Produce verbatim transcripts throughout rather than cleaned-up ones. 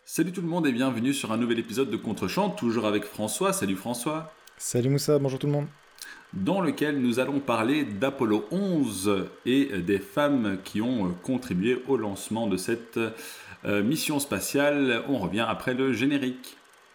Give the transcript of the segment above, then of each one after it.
Salut tout le monde et bienvenue sur un nouvel épisode de Contre-champ, toujours avec François. Salut François. Salut Moussa, bonjour tout le monde. Dans lequel nous allons parler d'Apollo onze et des femmes qui ont contribué au lancement de cette euh, mission spatiale. On revient après le générique.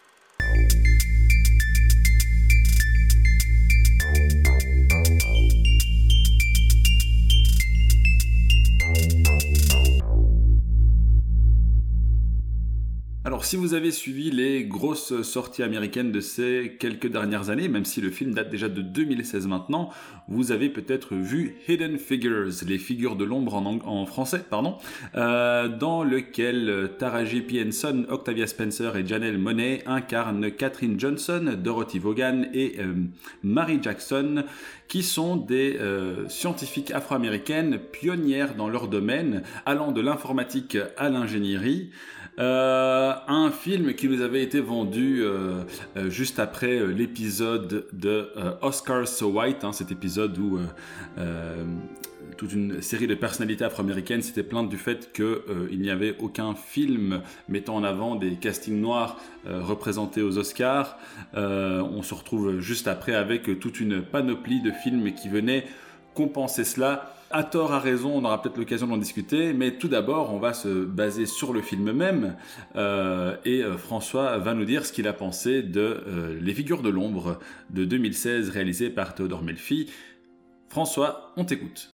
Alors, si vous avez suivi les grosses sorties américaines de ces quelques dernières années, même si le film date déjà de deux mille seize maintenant, vous avez peut-être vu Hidden Figures, les figures de l'ombre en, ang- en français, pardon, euh, dans lequel Taraji P. Henson, Octavia Spencer et Janelle Monáe incarnent Katherine Johnson, Dorothy Vaughan et euh, Mary Jackson, qui sont des euh, scientifiques afro-américaines pionnières dans leur domaine, allant de l'informatique à l'ingénierie. Euh, un film qui nous avait été vendu euh, euh, juste après euh, l'épisode de euh, Oscar So White, hein, cet épisode où euh, euh, toute une série de personnalités afro-américaines s'étaient plaintes du fait qu'il euh, n'y avait aucun film mettant en avant des castings noirs euh, représentés aux Oscars. Euh, on se retrouve juste après avec toute une panoplie de films qui venaient compenser cela. À tort, à raison, on aura peut-être l'occasion d'en discuter, mais tout d'abord, on va se baser sur le film même, euh, et euh, François va nous dire ce qu'il a pensé de euh, Les Figures de l'ombre de deux mille seize, réalisé par Théodore Melfi. François, on t'écoute.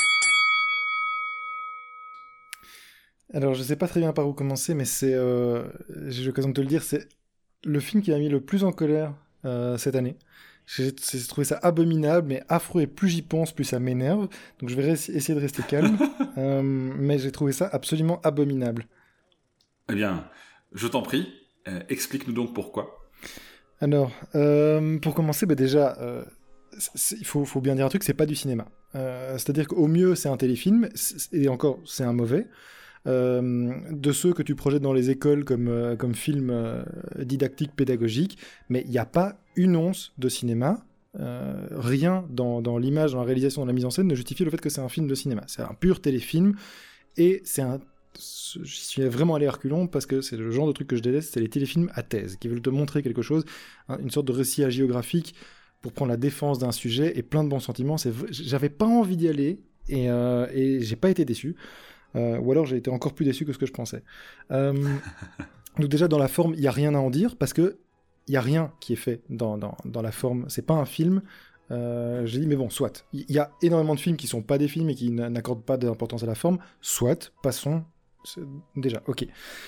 Alors, je sais pas très bien par où commencer, mais c'est, euh, j'ai eu l'occasion de te le dire, c'est le film qui m'a mis le plus en colère euh, cette année. J'ai, j'ai trouvé ça abominable, mais affreux, et plus j'y pense, plus ça m'énerve. Donc je vais ré- essayer de rester calme, euh, mais j'ai trouvé ça absolument abominable. Eh bien, je t'en prie, euh, explique-nous donc pourquoi. Alors, euh, pour commencer, bah déjà, euh, c'est- il faut, faut bien dire un truc, c'est pas du cinéma. Euh, c'est-à-dire qu'au mieux, c'est un téléfilm, c'est- et encore, c'est un mauvais. Euh, de ceux que tu projettes dans les écoles comme, euh, comme film euh, didactique, pédagogique, mais il n'y a pas une once de cinéma. Euh, rien dans, dans l'image, dans la réalisation, dans la mise en scène ne justifie le fait que c'est un film de cinéma. C'est un pur téléfilm, et c'est un... J'y suis vraiment allé à reculons parce que c'est le genre de truc que je déteste, c'est les téléfilms à thèse, qui veulent te montrer quelque chose, hein, une sorte de récit hagiographique pour prendre la défense d'un sujet et plein de bons sentiments. C'est... v- J'avais pas envie d'y aller, et, euh, et j'ai pas été déçu. Euh, ou alors j'ai été encore plus déçu que ce que je pensais. Euh, donc déjà dans la forme, il n'y a rien à en dire, parce que il n'y a rien qui est fait dans, dans, dans la forme. C'est pas un film. Euh, j'ai dit, mais bon, soit. Il y a énormément de films qui sont pas des films et qui n- n'accordent pas d'importance à la forme. Soit, passons. C'est- Déjà, ok.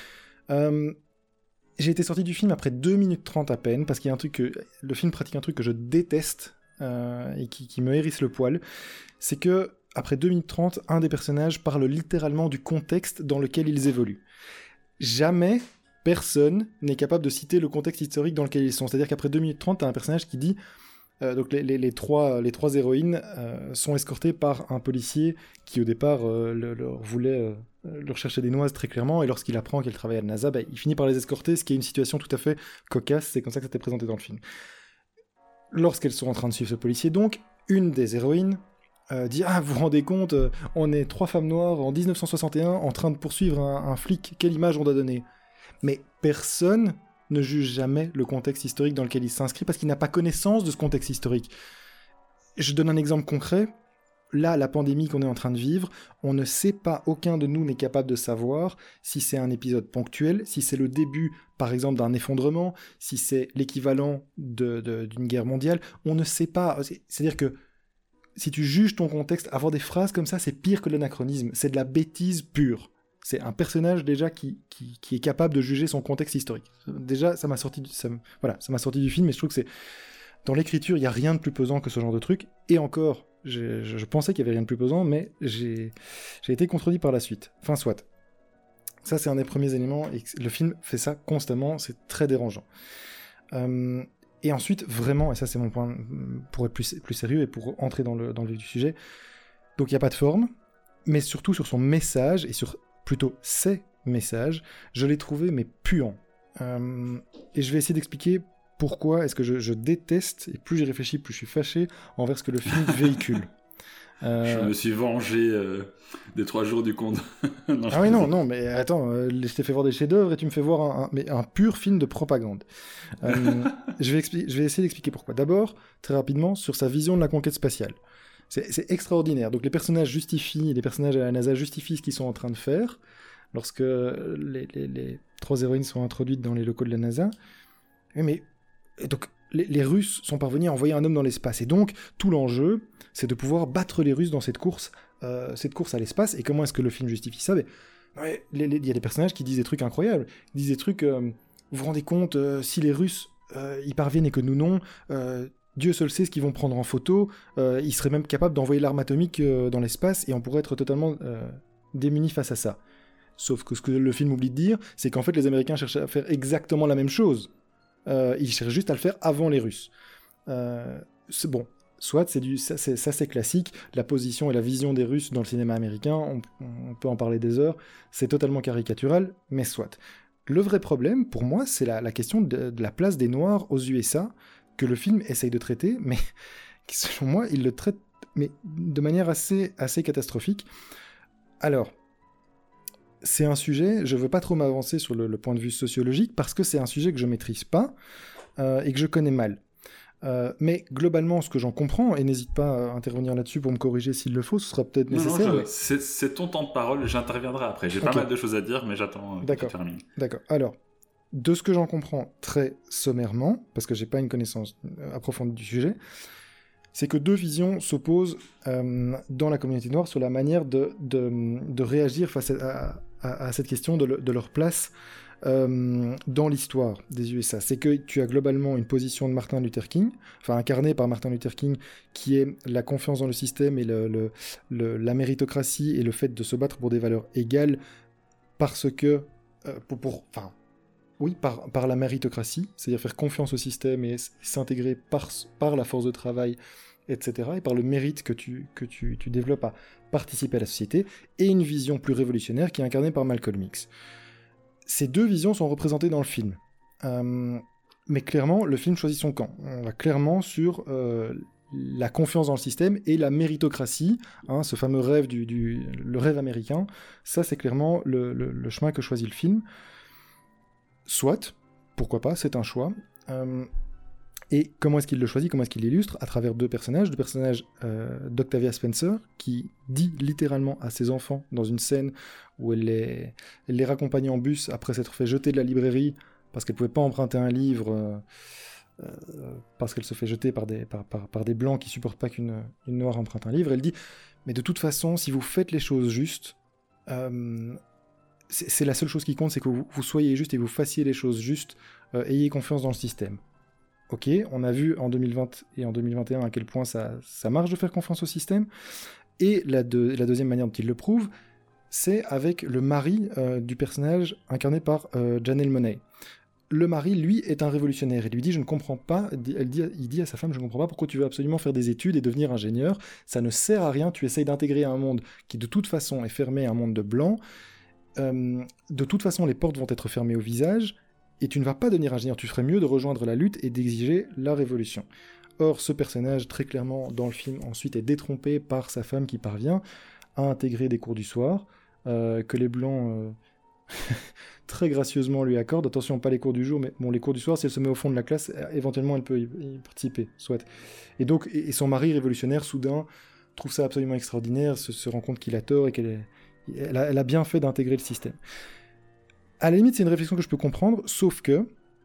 Euh, j'ai été sorti du film après deux minutes trente à peine, parce qu'il y a un truc que... Le film pratique un truc que je déteste, euh, et qui, qui me hérisse le poil. C'est que après deux minutes trente, un des personnages parle littéralement du contexte dans lequel ils évoluent. Jamais personne n'est capable de citer le contexte historique dans lequel ils sont. C'est-à-dire qu'après deux minutes trente, t'as un personnage qui dit... euh, donc les, les, les, trois, les trois héroïnes euh, sont escortées par un policier qui au départ euh, le- leur voulait euh, leur chercher des noises très clairement, et lorsqu'il apprend qu'elle travaille à la NASA, bah, il finit par les escorter, ce qui est une situation tout à fait cocasse. C'est comme ça que ça t'est présenté dans le film. Lorsqu'elles sont en train de suivre ce policier, donc, une des héroïnes euh, dit « Ah, vous vous rendez compte, euh, on est trois femmes noires en dix-neuf cent soixante et un en train de poursuivre un, un flic, quelle image on doit donner ?» Mais personne ne juge jamais le contexte historique dans lequel il s'inscrit, parce qu'il n'a pas connaissance de ce contexte historique. Je donne un exemple concret. Là, la pandémie qu'on est en train de vivre, on ne sait pas, aucun de nous n'est capable de savoir si c'est un épisode ponctuel, si c'est le début, par exemple, d'un effondrement, si c'est l'équivalent de, de, d'une guerre mondiale. On ne sait pas. C'est- C'est-à-dire que si tu juges ton contexte, avoir des phrases comme ça, c'est pire que l'anachronisme. C'est de la bêtise pure. C'est un personnage déjà qui, qui, qui est capable de juger son contexte historique. Déjà, ça m'a sorti du, ça, me- voilà, ça m'a sorti du film, et je trouve que c'est... Dans l'écriture, il n'y a rien de plus pesant que ce genre de truc. Et encore, j'ai- je, je pensais qu'il n'y avait rien de plus pesant, mais j'ai, j'ai été contredit par la suite. Enfin, soit. Ça, c'est un des premiers éléments, et le film fait ça constamment, c'est très dérangeant. Euh, et ensuite, vraiment, et ça c'est mon point pour être plus, plus sérieux et pour entrer dans le, dans le vif du sujet, donc il n'y a pas de forme, mais surtout sur son message, et sur plutôt ses messages, je l'ai trouvé mais puant. Euh, et je vais essayer d'expliquer pourquoi est-ce que je, je déteste, et plus j'y réfléchis, plus je suis fâché envers ce que le film véhicule. Euh... Je me suis vengé euh, des trois jours du compte. non, ah oui, non, non, mais attends, euh, je t'ai fait voir des chefs-d'œuvre et tu me fais voir un, un, mais un pur film de propagande. Euh, je, vais je vais essayer d'expliquer pourquoi. D'abord, très rapidement, sur sa vision de la conquête spatiale. C'est, c'est extraordinaire. Donc les personnages justifient, les personnages à la NASA justifient ce qu'ils sont en train de faire lorsque les, les, les trois héroïnes sont introduites dans les locaux de la NASA. Mais donc les, les Russes sont parvenus à envoyer un homme dans l'espace. Et donc tout l'enjeu, c'est de pouvoir battre les Russes dans cette course, euh, cette course à l'espace. Et comment est-ce que le film justifie ça? Ouais, il y a des personnages qui disent des trucs incroyables. Ils disent des trucs... Euh, vous vous rendez compte, euh, si les Russes euh, y parviennent et que nous non... Euh, Dieu seul sait ce qu'ils vont prendre en photo, euh, ils seraient même capables d'envoyer l'arme atomique euh, dans l'espace et on pourrait être totalement euh, démunis face à ça. Sauf que ce que le film oublie de dire, c'est qu'en fait les Américains cherchent à faire exactement la même chose. Euh, ils cherchent juste à le faire avant les Russes. Euh, c'est bon, soit c'est du, ça, c'est, ça c'est classique, la position et la vision des Russes dans le cinéma américain, on, on peut en parler des heures, c'est totalement caricatural, mais soit. Le vrai problème, pour moi, c'est la, la question de, de la place des Noirs aux U S A, que le film essaye de traiter, mais qui, selon moi, il le traite mais de manière assez, assez catastrophique. Alors, c'est un sujet, je ne veux pas trop m'avancer sur le, le point de vue sociologique, parce que c'est un sujet que je ne maîtrise pas euh, et que je connais mal. Euh, mais globalement, ce que j'en comprends, et n'hésite pas à intervenir là-dessus pour me corriger s'il le faut, ce sera peut-être nécessaire. Non, non, je, mais... c'est, c'est ton temps de parole, j'interviendrai après. J'ai okay. pas mal de choses à dire, mais j'attends D'accord. que tu termines. D'accord, alors... De ce que j'en comprends très sommairement, parce que j'ai pas une connaissance approfondie du sujet, c'est que deux visions s'opposent euh, dans la communauté noire sur la manière de, de, de réagir face à, à, à cette question de, le, de leur place euh, dans l'histoire des U S A. C'est que tu as globalement une position de Martin Luther King, enfin incarnée par Martin Luther King, qui est la confiance dans le système et le, le, le, la méritocratie et le fait de se battre pour des valeurs égales parce que... Euh, pour, pour, enfin, Oui, par, par la méritocratie, c'est-à-dire faire confiance au système et s'intégrer par, par la force de travail, et cetera, et par le mérite que, tu, que tu, tu développes à participer à la société, et une vision plus révolutionnaire qui est incarnée par Malcolm X. Ces deux visions sont représentées dans le film. Euh, mais clairement, le film choisit son camp. On va clairement sur euh, la confiance dans le système et la méritocratie, hein, ce fameux rêve, du, du, le rêve américain. Ça, c'est clairement le, le, le chemin que choisit le film. Soit, pourquoi pas, c'est un choix. Euh, et comment est-ce qu'il le choisit, comment est-ce qu'il l'illustre? À travers deux personnages, deux personnages euh, d'Octavia Spencer, qui dit littéralement à ses enfants, dans une scène où elle les, elle les raccompagne en bus après s'être fait jeter de la librairie, parce qu'elle ne pouvait pas emprunter un livre, euh, euh, parce qu'elle se fait jeter par des, par, par, par des blancs qui ne supportent pas qu'une une noire emprunte un livre. Elle dit, mais de toute façon, si vous faites les choses justes, euh, C'est, c'est la seule chose qui compte, c'est que vous, vous soyez juste et vous fassiez les choses justes, euh, ayez confiance dans le système. Ok, on a vu en deux mille vingt et en deux mille vingt et un à quel point ça, ça marche de faire confiance au système, et la, de, la deuxième manière dont il le prouve, c'est avec le mari euh, du personnage incarné par euh, Janelle Monáe. Le mari, lui, est un révolutionnaire, il lui dit « je ne comprends pas », elle dit, il dit à sa femme « je ne comprends pas pourquoi tu veux absolument faire des études et devenir ingénieur, ça ne sert à rien, tu essayes d'intégrer un monde qui de toute façon est fermé, un monde de blancs, Euh, de toute façon, les portes vont être fermées au visage, et tu ne vas pas devenir ingénieur, tu ferais mieux de rejoindre la lutte et d'exiger la révolution. Or, ce personnage, très clairement, dans le film, ensuite est détrompé par sa femme qui parvient à intégrer des cours du soir, euh, que les Blancs, euh, très gracieusement, lui accordent. Attention, pas les cours du jour, mais bon, les cours du soir, si elle se met au fond de la classe, éventuellement, elle peut y, y participer, soit. Et donc, et, et son mari révolutionnaire, soudain, trouve ça absolument extraordinaire, se, se rend compte qu'il a tort et qu'elle est... Elle a, elle a bien fait d'intégrer le système. À la limite, c'est une réflexion que je peux comprendre, sauf que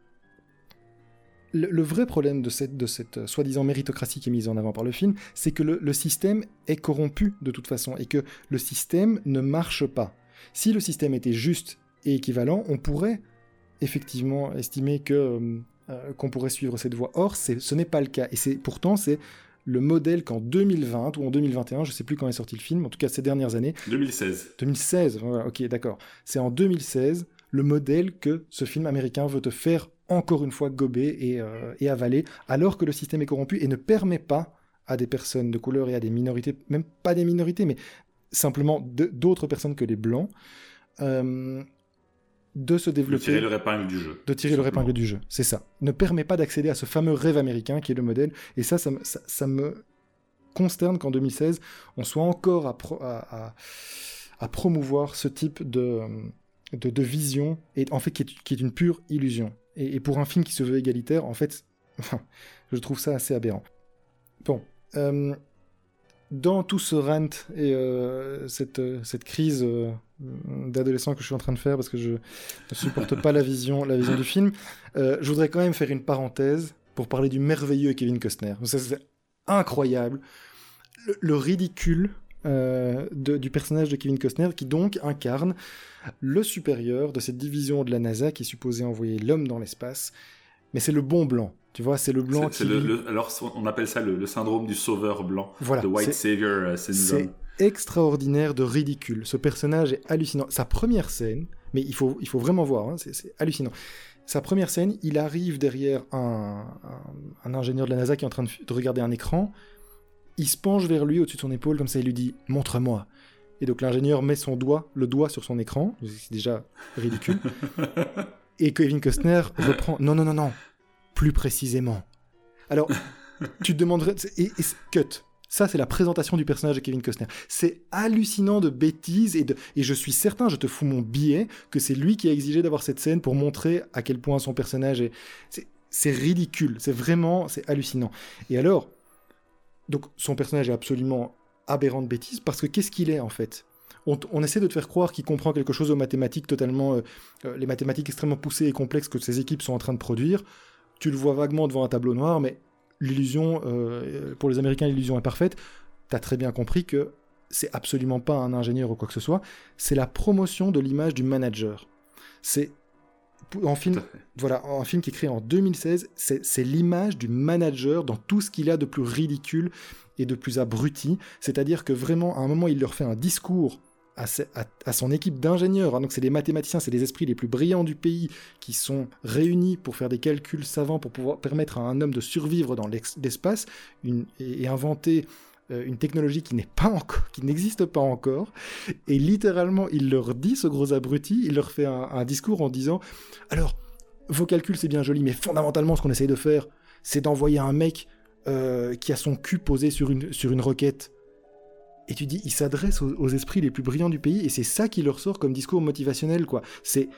le, le vrai problème de cette, de cette soi-disant méritocratie qui est mise en avant par le film, c'est que le, le système est corrompu de toute façon, et que le système ne marche pas. Si le système était juste et équivalent, on pourrait effectivement estimer que, euh, qu'on pourrait suivre cette voie. Or, c'est, ce n'est pas le cas, et c'est, pourtant, c'est le modèle qu'en deux mille vingt ou en deux mille vingt et un, je ne sais plus quand est sorti le film, en tout cas ces dernières années... deux mille seize. deux mille seize, voilà, ok, d'accord. C'est en deux mille seize le modèle que ce film américain veut te faire encore une fois gober et, euh, et avaler, alors que le système est corrompu et ne permet pas à des personnes de couleur et à des minorités, même pas des minorités, mais simplement de, d'autres personnes que les Blancs, euh, de se développer... De tirer leur épingle du jeu. De tirer leur épingle du jeu, c'est ça. Ne permet pas d'accéder à ce fameux rêve américain qui est le modèle, et ça, ça, ça, ça me consterne qu'en deux mille seize, on soit encore à, pro- à, à, à promouvoir ce type de, de, de vision, et en fait qui est, qui est une pure illusion. Et, et pour un film qui se veut égalitaire, en fait, je trouve ça assez aberrant. Bon, euh, dans tout ce rant et euh, cette, cette crise euh, d'adolescent que je suis en train de faire parce que je ne supporte pas la vision, la vision du film, euh, je voudrais quand même faire une parenthèse pour parler du merveilleux Kevin Costner. Ça, c'est incroyable. Le, le ridicule euh, de, du personnage de Kevin Costner qui donc incarne le supérieur de cette division de la NASA qui est supposée envoyer l'homme dans l'espace. Mais c'est le bon blanc. Tu vois, c'est le blanc c'est, qui... c'est le, le, alors, on appelle ça le, le syndrome du sauveur blanc. Voilà, The White c'est, Savior uh, Syndrome. C'est extraordinaire de ridicule. Ce personnage est hallucinant. Sa première scène, mais il faut, il faut vraiment voir, hein, c'est, c'est hallucinant. Sa première scène, il arrive derrière un, un, un ingénieur de la NASA qui est en train de, de regarder un écran. Il se penche vers lui au-dessus de son épaule, comme ça, il lui dit « Montre-moi ». Et donc l'ingénieur met son doigt, le doigt sur son écran. C'est déjà ridicule. Et Kevin Costner reprend « Non, non, non, non. Plus précisément. » Alors, tu te demanderais... Et, et cut. Ça, c'est la présentation du personnage de Kevin Costner. C'est hallucinant de bêtises, et, de, et je suis certain, je te fous mon billet, que c'est lui qui a exigé d'avoir cette scène pour montrer à quel point son personnage est... C'est, c'est ridicule, c'est vraiment... C'est hallucinant. Et alors, donc, son personnage est absolument aberrant de bêtises, parce que qu'est-ce qu'il est, en fait ? On, on essaie de te faire croire qu'il comprend quelque chose aux mathématiques totalement... Euh, les mathématiques extrêmement poussées et complexes que ces équipes sont en train de produire. Tu le vois vaguement devant un tableau noir, mais l'illusion, euh, pour les Américains, l'illusion est parfaite. T'as très bien compris que c'est absolument pas un ingénieur ou quoi que ce soit. C'est la promotion de l'image du manager. C'est en film, voilà, un film qui est créé en deux mille seize. C'est, c'est l'image du manager dans tout ce qu'il a de plus ridicule et de plus abruti. C'est-à-dire que vraiment, à un moment, il leur fait un discours À, se, à, à son équipe d'ingénieurs, hein, donc c'est des mathématiciens, c'est des esprits les plus brillants du pays qui sont réunis pour faire des calculs savants pour pouvoir permettre à un homme de survivre dans l'espace une, et, et inventer euh, une technologie qui n'est pas encore, qui n'existe pas encore. Et littéralement, il leur dit, ce gros abruti, il leur fait un, un discours en disant « Alors, vos calculs, c'est bien joli, mais fondamentalement, ce qu'on essaye de faire, c'est d'envoyer un mec euh, qui a son cul posé sur une, sur une roquette. » Et tu dis, il s'adresse aux, aux esprits les plus brillants du pays, et c'est ça qui leur sort comme discours motivationnel, quoi. C'est,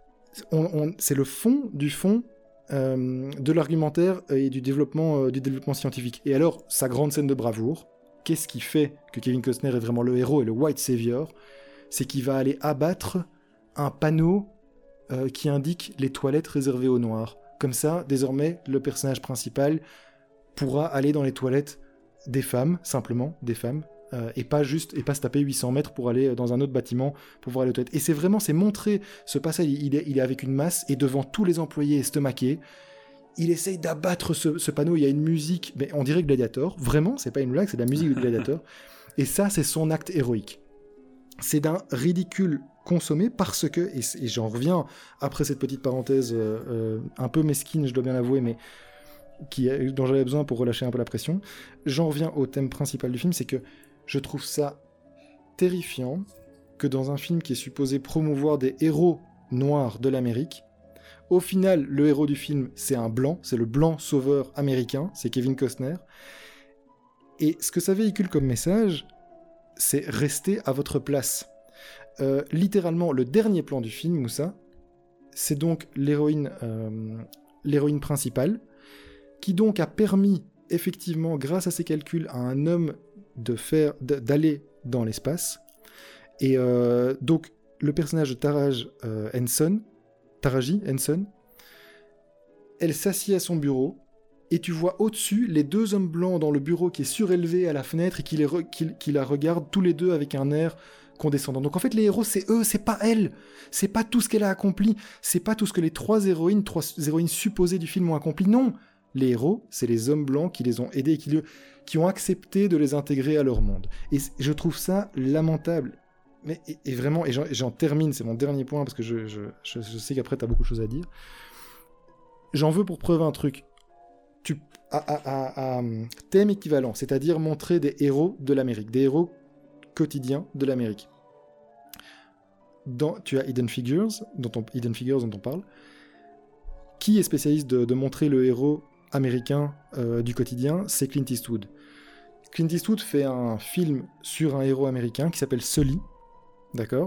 on, on, c'est le fond du fond euh, de l'argumentaire et du développement, euh, du développement scientifique. Et alors, sa grande scène de bravoure, qu'est-ce qui fait que Kevin Costner est vraiment le héros et le White Savior ? C'est qu'il va aller abattre un panneau euh, qui indique les toilettes réservées aux Noirs. Comme ça, désormais, le personnage principal pourra aller dans les toilettes des femmes, simplement, des femmes, Euh, et pas juste et pas se taper huit cents mètres pour aller dans un autre bâtiment pour voir les toilettes. Et c'est vraiment, c'est montré, ce passage, il est, il est avec une masse, et devant tous les employés estomaqués, il essaye d'abattre ce, ce panneau. Il y a une musique, mais on dirait Gladiator, vraiment, c'est pas une blague, c'est de la musique de Gladiator. Et ça, c'est son acte héroïque. C'est d'un ridicule consommé parce que, et, et j'en reviens après cette petite parenthèse euh, euh, un peu mesquine, je dois bien l'avouer, mais qui, dont j'avais besoin pour relâcher un peu la pression, j'en reviens au thème principal du film, c'est que je trouve ça terrifiant que dans un film qui est supposé promouvoir des héros noirs de l'Amérique, au final, le héros du film, c'est un blanc, c'est le blanc sauveur américain, c'est Kevin Costner. Et ce que ça véhicule comme message, c'est rester à votre place. Euh, littéralement, le dernier plan du film, Moussa, c'est donc l'héroïne, euh, l'héroïne principale, qui donc a permis, effectivement, grâce à ses calculs, à un homme de faire, d'aller dans l'espace. Et euh, donc, le personnage de Taraj euh, Henson, Taraji Henson, elle s'assied à son bureau, et tu vois au-dessus les deux hommes blancs dans le bureau qui est surélevé à la fenêtre et qui, les re, qui, qui la regardent tous les deux avec un air condescendant. Donc en fait, les héros, c'est eux, c'est pas elle. C'est pas tout ce qu'elle a accompli. C'est pas tout ce que les trois héroïnes, trois héroïnes supposées du film ont accompli. Non! Les héros, c'est les hommes blancs qui les ont aidés et qui, le, qui ont accepté de les intégrer à leur monde. Et je trouve ça lamentable. Mais, et, et vraiment, et j'en, et j'en termine, c'est mon dernier point, parce que je, je, je, je sais qu'après, tu as beaucoup de choses à dire. J'en veux pour preuve un truc. Tu, à, à, à, à thème équivalent, c'est-à-dire montrer des héros de l'Amérique, des héros quotidiens de l'Amérique. Dans, tu as Hidden Figures, dont on, Hidden Figures dont on parle. Qui est spécialiste de, de montrer le héros américain euh, du quotidien? C'est Clint Eastwood. Clint Eastwood fait un film sur un héros américain qui s'appelle Sully, d'accord ?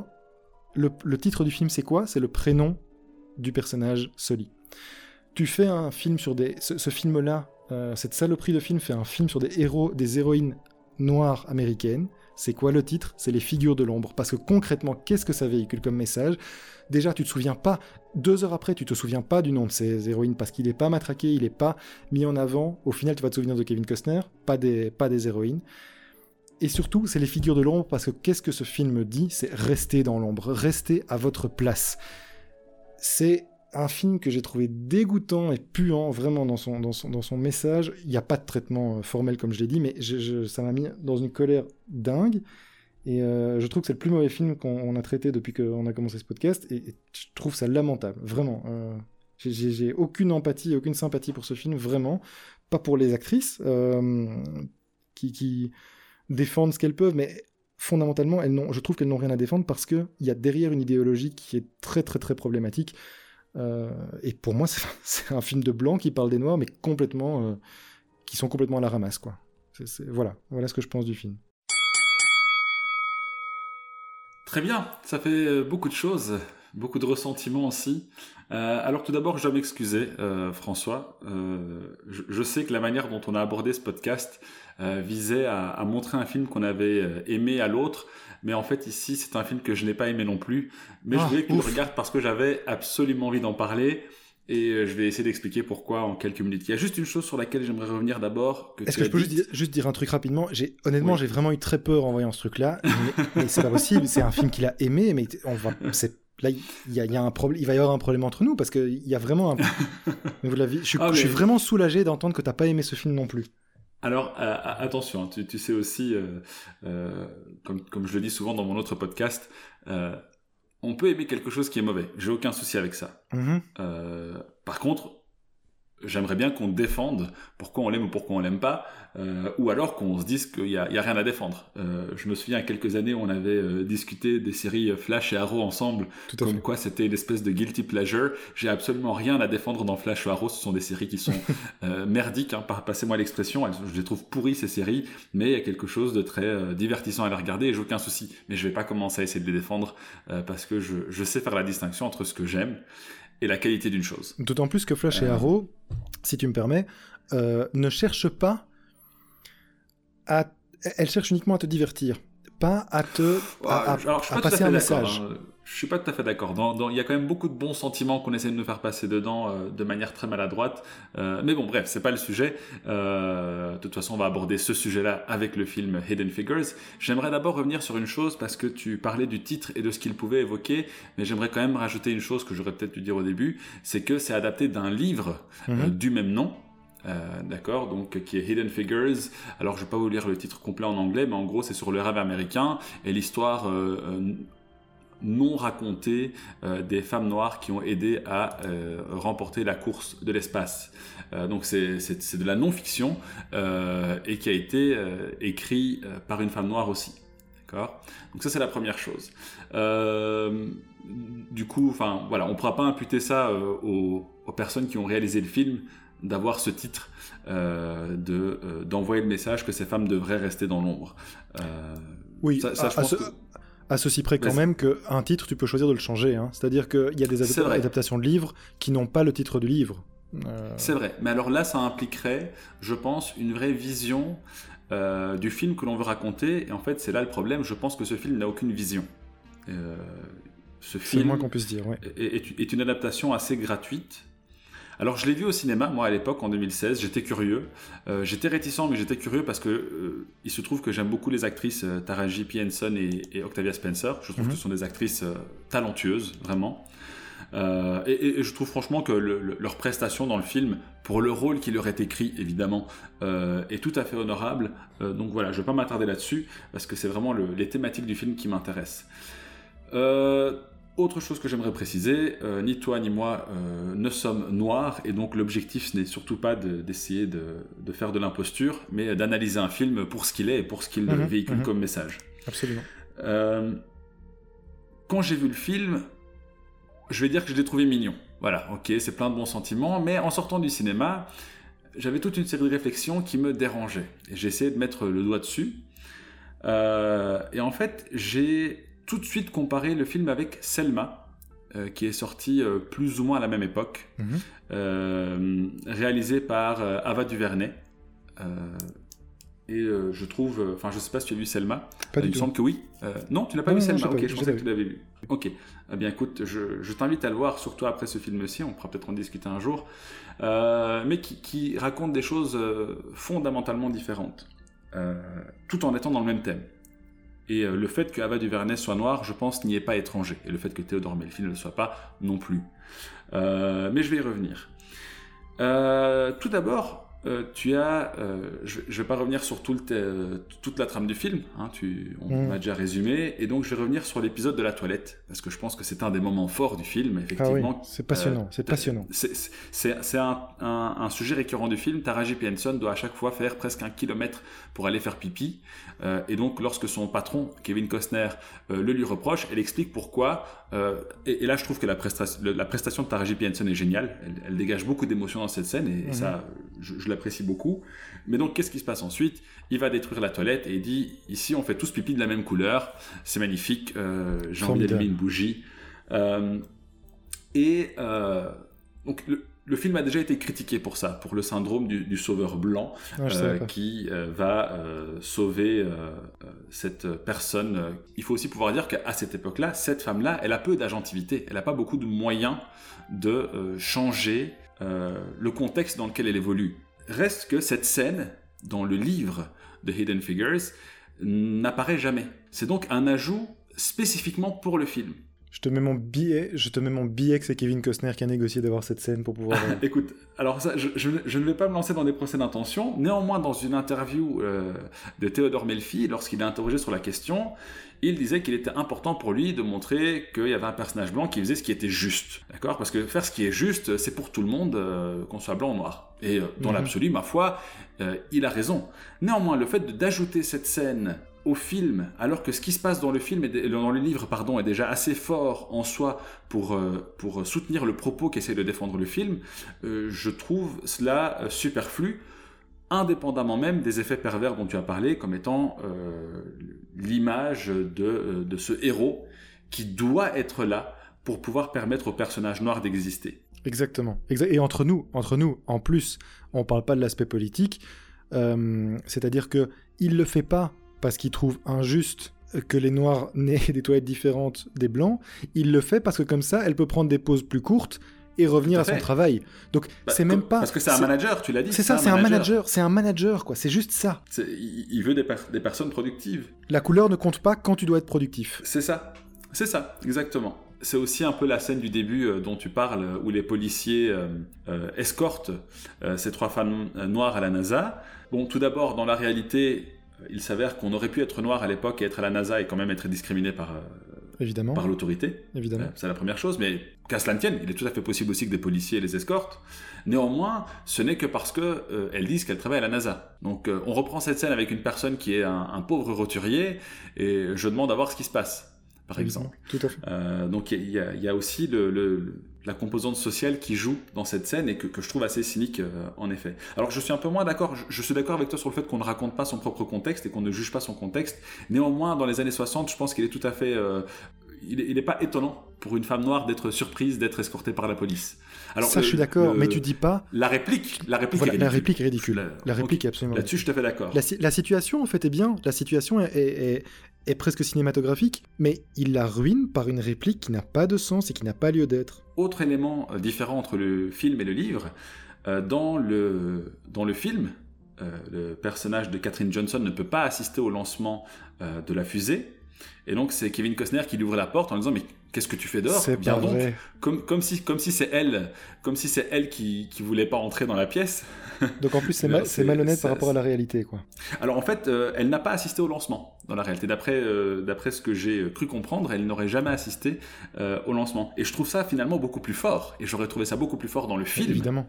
le, le titre du film, c'est quoi ? C'est le prénom du personnage Sully. Tu fais un film sur des... Ce, ce film-là, euh, cette saloperie de film fait un film sur des héros, des héroïnes noires américaines. C'est quoi le titre ? C'est Les Figures de l'Ombre. Parce que concrètement, qu'est-ce que ça véhicule comme message ? Déjà, tu te souviens pas, deux heures après, tu te souviens pas du nom de ces héroïnes parce qu'il est pas matraqué, il est pas mis en avant. Au final, tu vas te souvenir de Kevin Costner, pas des, pas des héroïnes. Et surtout, c'est Les Figures de l'Ombre parce que qu'est-ce que ce film dit ? C'est rester dans l'ombre, rester à votre place. C'est un film que j'ai trouvé dégoûtant et puant vraiment dans son, dans son, dans son message. Il n'y a pas de traitement euh, formel comme je l'ai dit, mais je, je, ça m'a mis dans une colère dingue. Et euh, je trouve que c'est le plus mauvais film qu'on a traité depuis qu'on a commencé ce podcast. Et, et je trouve ça lamentable, vraiment. Euh, j'ai, j'ai, j'ai aucune empathie, aucune sympathie pour ce film, vraiment. Pas pour les actrices euh, qui, qui défendent ce qu'elles peuvent, mais fondamentalement, elles n'ont, je trouve qu'elles n'ont rien à défendre parce qu'il y a derrière une idéologie qui est très très très problématique. Euh, et pour moi, c'est, c'est un film de blanc qui parle des noirs, mais complètement, euh, qui sont complètement à la ramasse, quoi. C'est, c'est, voilà, voilà ce que je pense du film. Très bien, ça fait beaucoup de choses, beaucoup de ressentiments aussi. Euh, alors tout d'abord, je dois m'excuser, euh, François. Euh, je, je sais que la manière dont on a abordé ce podcast euh, visait à, à montrer un film qu'on avait aimé à l'autre. Mais en fait, ici, c'est un film que je n'ai pas aimé non plus. Mais ah, je voulais que ouf. tu le regardes parce que j'avais absolument envie d'en parler. Et je vais essayer d'expliquer pourquoi en quelques minutes. Il y a juste une chose sur laquelle j'aimerais revenir d'abord. Que Est-ce que je peux juste dire, juste dire un truc rapidement ? j'ai, Honnêtement, oui. j'ai vraiment eu très peur en voyant ce truc-là. Mais, mais c'est pas possible. C'est un film qu'il a aimé, mais on va... C'est... Là, il y a, il y a un problème. Il va y avoir un problème entre nous parce qu'il y a vraiment un... mais vous l'avez... Je, suis, ah, mais... je suis vraiment soulagé d'entendre que t'as pas aimé ce film non plus. Alors, euh, attention, tu, tu sais aussi, euh, euh, comme, comme je le dis souvent dans mon autre podcast, euh, on peut aimer quelque chose qui est mauvais. J'ai aucun souci avec ça. Mm-hmm. Euh, par contre, j'aimerais bien qu'on défende pourquoi on l'aime ou pourquoi on l'aime pas, euh, ou alors qu'on se dise qu'il y a, il y a rien à défendre. Euh, je me souviens, il y a quelques années, on avait euh, discuté des séries Flash et Arrow ensemble, comme fait. quoi c'était une espèce de guilty pleasure. J'ai absolument rien à défendre dans Flash ou Arrow. Ce sont des séries qui sont euh, merdiques, hein, passez-moi l'expression. Je les trouve pourries, ces séries, mais il y a quelque chose de très euh, divertissant à les regarder et j'ai aucun souci. Mais je vais pas commencer à essayer de les défendre euh, parce que je, je sais faire la distinction entre ce que j'aime et la qualité d'une chose. D'autant plus que Flash euh... et Arrow, si tu me permets, euh, ne cherchent pas à... Elles cherchent uniquement à te divertir, pas à te... à, à, Alors, à passer un message. Hein. Je suis pas tout à fait d'accord. Dans, dans, il y a quand même beaucoup de bons sentiments qu'on essaie de nous faire passer dedans euh, de manière très maladroite. Euh, mais bon, bref, c'est pas le sujet. Euh, de toute façon, on va aborder ce sujet-là avec le film Hidden Figures. J'aimerais d'abord revenir sur une chose parce que tu parlais du titre et de ce qu'il pouvait évoquer, mais j'aimerais quand même rajouter une chose que j'aurais peut-être dû dire au début, c'est que c'est adapté d'un livre mm-hmm. euh, du même nom. Euh, d'accord, donc qui est Hidden Figures. Alors, je vais pas vous lire le titre complet en anglais, mais en gros, c'est sur le rêve américain et l'histoire euh, euh, non racontée euh, des femmes noires qui ont aidé à euh, remporter la course de l'espace. Euh, donc c'est, c'est, c'est de la non-fiction euh, et qui a été euh, écrit euh, par une femme noire aussi. D'accord ? Donc ça c'est la première chose. Euh, du coup, enfin voilà, on ne pourra pas imputer ça euh, aux, aux personnes qui ont réalisé le film d'avoir ce titre euh, de euh, d'envoyer le message que ces femmes devraient rester dans l'ombre. Euh, oui. Ça, ça, à, je pense à ce... que... À ceci près quand Mais même qu'un titre, tu peux choisir de le changer. Hein. C'est-à-dire qu'il y a des adap- adaptations de livres qui n'ont pas le titre du livre. Euh... C'est vrai. Mais alors là, ça impliquerait, je pense, une vraie vision euh, du film que l'on veut raconter. Et en fait, c'est là le problème. Je pense que ce film n'a aucune vision. Euh, ce c'est film le moins qu'on puisse dire, ouais. est, est, est une adaptation assez gratuite. Alors je l'ai vu au cinéma, moi à l'époque en deux mille seize, j'étais curieux, euh, j'étais réticent mais j'étais curieux parce que euh, il se trouve que j'aime beaucoup les actrices euh, Taraji P. Henson et, et Octavia Spencer, je trouve mm-hmm. que ce sont des actrices euh, talentueuses, vraiment, euh, et, et je trouve franchement que le, le, leur prestation dans le film, pour le rôle qui leur est écrit évidemment, euh, est tout à fait honorable, euh, donc voilà, je ne vais pas m'attarder là-dessus parce que c'est vraiment le, les thématiques du film qui m'intéressent. Euh, Autre chose que j'aimerais préciser, euh, ni toi ni moi euh, ne sommes noirs et donc l'objectif ce n'est surtout pas de, d'essayer de, de faire de l'imposture, mais d'analyser un film pour ce qu'il est et pour ce qu'il mmh, véhicule mmh. comme message. Absolument. Euh, quand j'ai vu le film, je vais dire que je l'ai trouvé mignon. Voilà, ok, c'est plein de bons sentiments, mais en sortant du cinéma, j'avais toute une série de réflexions qui me dérangeaient. Et j'ai essayé de mettre le doigt dessus. Euh, et en fait, j'ai tout de suite comparé le film avec Selma, euh, qui est sorti euh, plus ou moins à la même époque, Mhm. euh, réalisé par euh, Ava DuVernay. Euh, et euh, je trouve, enfin, je sais pas si tu as vu Selma. Pas Euh, du il me tout. semble que oui. Euh, non, tu n'as pas Non, vu non, Selma. j'ai pas Ok, vu, je j'ai pensais pas que tu l'avais vu. Ok. Eh bien, écoute, je, je t'invite à le voir, surtout après ce film-ci. On pourra peut-être en discuter un jour. Euh, mais qui, qui raconte des choses euh, fondamentalement différentes, euh, tout en étant dans le même thème. Et euh, le fait que Ava DuVernay soit noire, je pense, n'y est pas étranger. Et le fait que Théodore Melfi ne le soit pas non plus. Euh, mais je vais y revenir. Euh, tout d'abord, euh, tu as... Euh, je ne vais pas revenir sur tout le te- toute la trame du film, hein, tu, on Mm. m'a déjà résumé, et donc je vais revenir sur l'épisode de la toilette, parce que je pense que c'est un des moments forts du film, Ah oui, effectivement. c'est passionnant, Euh, c'est passionnant. C'est, c'est, c'est un, un, un sujet récurrent du film. Taraji P. Henson doit à chaque fois faire presque un kilomètre pour aller faire pipi. Euh, et donc, lorsque son patron, Kevin Costner, euh, le lui reproche, elle explique pourquoi. Euh, et, et là, je trouve que la, presta- le- la prestation de Taraji P. Henson est géniale. Elle, elle dégage beaucoup d'émotions dans cette scène et, et Mhm. ça, je, je l'apprécie beaucoup. Mais donc, qu'est-ce qui se passe ensuite ? Il va détruire la toilette et il dit « Ici, on fait tous pipi de la même couleur. C'est magnifique. Euh, j'ai envie Formidable. d'allumer une bougie. Euh, » Et euh, donc, le, le film a déjà été critiqué pour ça, pour le syndrome du, du sauveur blanc, Ah, je euh, savais pas. qui euh, va euh, sauver euh, euh, cette personne. Euh, Il faut aussi pouvoir dire qu'à cette époque-là, cette femme-là, elle a peu d'agentivité, elle n'a pas beaucoup de moyens de euh, changer euh, le contexte dans lequel elle évolue. Reste que cette scène, dans le livre de Hidden Figures, n'apparaît jamais. C'est donc un ajout spécifiquement pour le film. Je te mets mon billet, je te mets mon billet que c'est Kevin Costner qui a négocié d'avoir cette scène pour pouvoir... euh, Écoute, alors ça, je, je, je ne vais pas me lancer dans des procès d'intention. Néanmoins, dans une interview euh, de Théodore Melfi, lorsqu'il est interrogé sur la question, il disait qu'il était important pour lui de montrer qu'il y avait un personnage blanc qui faisait ce qui était juste. D'accord ? Parce que faire ce qui est juste, c'est pour tout le monde, euh, qu'on soit blanc ou noir. Et euh, dans Mhm. l'absolu, ma foi, euh, il a raison. Néanmoins, le fait de- d'ajouter cette scène au film, alors que ce qui se passe dans le film, est dé- dans le livre, pardon, est déjà assez fort en soi pour, euh, pour soutenir le propos qu'essaie de défendre le film, euh, je trouve cela euh, superflu, indépendamment même des effets pervers dont tu as parlé, comme étant euh, l'image de, euh, de ce héros qui doit être là pour pouvoir permettre au personnage noir d'exister. Exactement. Exa- Et entre nous, entre nous, en plus, on parle pas de l'aspect politique, euh, c'est-à-dire que il le fait pas parce qu'il trouve injuste que les noirs n'aient des toilettes différentes des blancs, il le fait parce que comme ça, elle peut prendre des pauses plus courtes et revenir Tout à à son fait. travail. Donc Bah, c'est même comme- pas... Parce que c'est un manager, tu l'as dit. C'est ça, c'est un manager, c'est un manager, quoi. C'est juste ça. C'est- il, il veut des, per- des personnes productives. La couleur ne compte pas quand tu dois être productif. C'est ça, c'est ça, exactement. C'est aussi un peu la scène du début euh, dont tu parles, euh, où les policiers euh, euh, escortent euh, ces trois femmes euh, noires à la NASA. Bon, tout d'abord, dans la réalité, euh, il s'avère qu'on aurait pu être noir à l'époque et être à la NASA et quand même être discriminé par, euh, Évidemment, par l'autorité. évidemment. Euh, c'est la première chose, mais qu'à cela ne tienne, il est tout à fait possible aussi que des policiers les escortent. Néanmoins, ce n'est que parce qu'elles euh, disent qu'elles travaillent à la NASA. Donc euh, on reprend cette scène avec une personne qui est un, un pauvre roturier, et je demande à voir ce qui se passe, par Évidemment, exemple. tout à fait. Euh, donc il y, a- il y a aussi le, le- le- la composante sociale qui joue dans cette scène et que, que je trouve assez cynique euh, en effet. Alors je suis un peu moins d'accord, je, je suis d'accord avec toi sur le fait qu'on ne raconte pas son propre contexte et qu'on ne juge pas son contexte. Néanmoins, dans les années soixante, je pense qu'il est tout à fait... euh, il n'est pas étonnant pour une femme noire d'être surprise d'être escortée par la police. Alors, ça, le- je suis d'accord, le- mais tu dis pas... La réplique, la réplique Voilà, est la ridicule. réplique est ridicule. La- La réplique ok. est absolument Là-dessus, je suis tout à fait d'accord. La, si- la situation, en fait, est bien. La situation est, est- est- est presque cinématographique, mais il la ruine par une réplique qui n'a pas de sens et qui n'a pas lieu d'être. Autre élément euh, différent entre le film et le livre, euh, dans, le, dans le film, euh, le personnage de Katherine Johnson ne peut pas assister au lancement euh, de la fusée, et donc c'est Kevin Costner qui lui ouvre la porte en lui disant « Mais qu'est-ce que tu fais dehors ? C'est Viens pas donc !» vrai. Comme, comme si, comme si c'est elle, comme si c'est elle qui, qui voulait pas entrer dans la pièce. Donc en plus, c'est Là, ma- c'est- c'est malhonnête c'est- par rapport à la réalité, quoi. Alors en fait, euh, elle n'a pas assisté au lancement, dans la réalité. D'après euh, d'après ce que j'ai cru comprendre, elle n'aurait jamais assisté euh, au lancement. Et je trouve ça finalement beaucoup plus fort, et j'aurais trouvé ça beaucoup plus fort dans le film, Évidemment.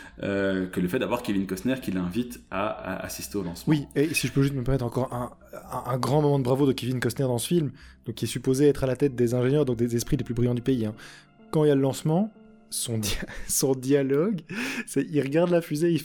euh, que le fait d'avoir Kevin Costner qui l'invite à, à assister au lancement. Oui, et si je peux juste me permettre encore un, un- un grand moment de bravo de Kevin Costner dans ce film, donc qui est supposé être à la tête des ingénieurs, donc des esprits les plus brillants du pays. hein. Quand il y a le lancement, son, dia- son dialogue, c'est il regarde la fusée, il fait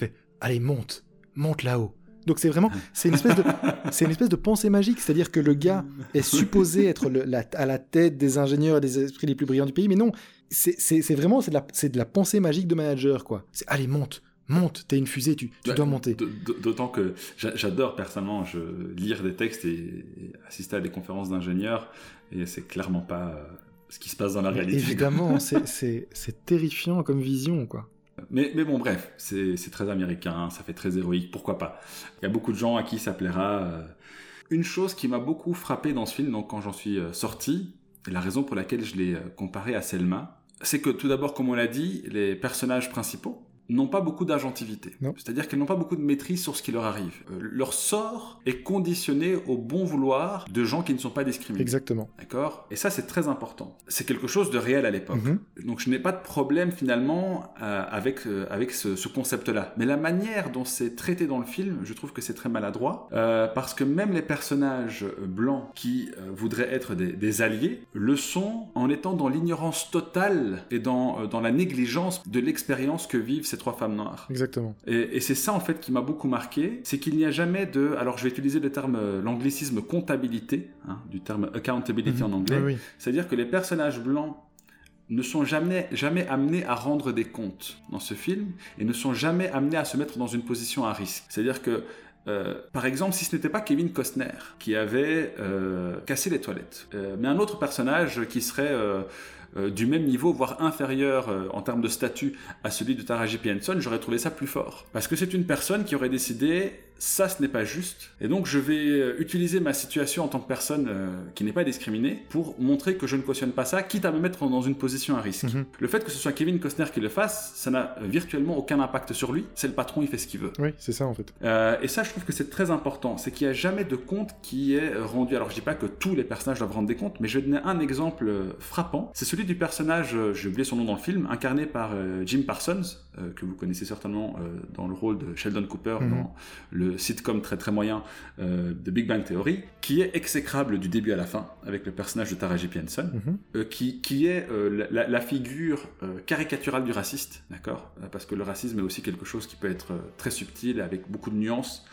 allez, monte, monte là-haut. Donc c'est vraiment, c'est une espèce de, c'est une espèce de pensée magique, c'est-à-dire que le gars est supposé être le, la, à la tête des ingénieurs et des esprits les plus brillants du pays, mais non, c'est, c'est, c'est vraiment, c'est de, la, c'est de la pensée magique de manager, quoi. C'est, allez, monte, monte, t'es une fusée, tu, tu ouais, dois monter. D'autant que j'adore personnellement je, lire des textes et, et assister à des conférences d'ingénieurs, et c'est clairement pas ce qui se passe dans la réalité. Évidemment, c'est, c'est, c'est terrifiant comme vision, quoi. Mais, mais bon, bref, c'est, c'est très américain, ça fait très héroïque, pourquoi pas. Il y a beaucoup de gens à qui ça plaira. Euh... Une chose qui m'a beaucoup frappé dans ce film, donc quand j'en suis euh, sorti, et la raison pour laquelle je l'ai euh, comparé à Selma, c'est que tout d'abord, comme on l'a dit, les personnages principaux n'ont pas beaucoup d'agentivité. Non. C'est-à-dire qu'ils n'ont pas beaucoup de maîtrise sur ce qui leur arrive. Euh, leur sort est conditionné au bon vouloir de gens qui ne sont pas discriminés. Exactement. D'accord ? Et ça, c'est très important. C'est quelque chose de réel à l'époque. Mm-hmm. Donc, je n'ai pas de problème, finalement, euh, avec, euh, avec ce, ce concept-là. Mais la manière dont c'est traité dans le film, je trouve que c'est très maladroit, euh, parce que même les personnages blancs qui euh, voudraient être des, des alliés le sont en étant dans l'ignorance totale et dans, euh, dans la négligence de l'expérience que vivent ces trois femmes noires. Exactement. Et, et c'est ça en fait qui m'a beaucoup marqué, c'est qu'il n'y a jamais de, alors je vais utiliser le terme, l'anglicisme comptabilité, hein, du terme accountability mmh. en anglais, oui, oui. C'est-à-dire que les personnages blancs ne sont jamais, jamais amenés à rendre des comptes dans ce film et ne sont jamais amenés à se mettre dans une position à risque. C'est-à-dire que Euh, par exemple, si ce n'était pas Kevin Costner qui avait euh, cassé les toilettes, euh, mais un autre personnage qui serait euh, euh, du même niveau, voire inférieur euh, en termes de statut à celui de Taraji P. Henson, j'aurais trouvé ça plus fort. Parce que c'est une personne qui aurait décidé, ça ce n'est pas juste, et donc je vais euh, utiliser ma situation en tant que personne euh, qui n'est pas discriminée pour montrer que je ne cautionne pas ça, quitte à me mettre dans une position à risque. Mm-hmm. Le fait que ce soit Kevin Costner qui le fasse, ça n'a virtuellement aucun impact sur lui, c'est le patron, il fait ce qu'il veut. Oui, c'est ça en fait. Euh, et ça, je trouve que c'est très important, c'est qu'il n'y a jamais de compte qui est rendu. Alors je dis pas que tous les personnages doivent rendre des comptes, mais je vais donner un exemple frappant, c'est celui du personnage, j'ai oublié son nom dans le film, incarné par euh, Jim Parsons, euh, que vous connaissez certainement euh, dans le rôle de Sheldon Cooper, mm-hmm. dans le sitcom très très moyen euh, de Big Bang Theory, qui est exécrable du début à la fin, avec le personnage de Taraji P. Henson, mm-hmm. euh, qui, qui est euh, la, la figure euh, caricaturale du raciste, d'accord ? Parce que le racisme est aussi quelque chose qui peut être très subtil, avec beaucoup de nuances,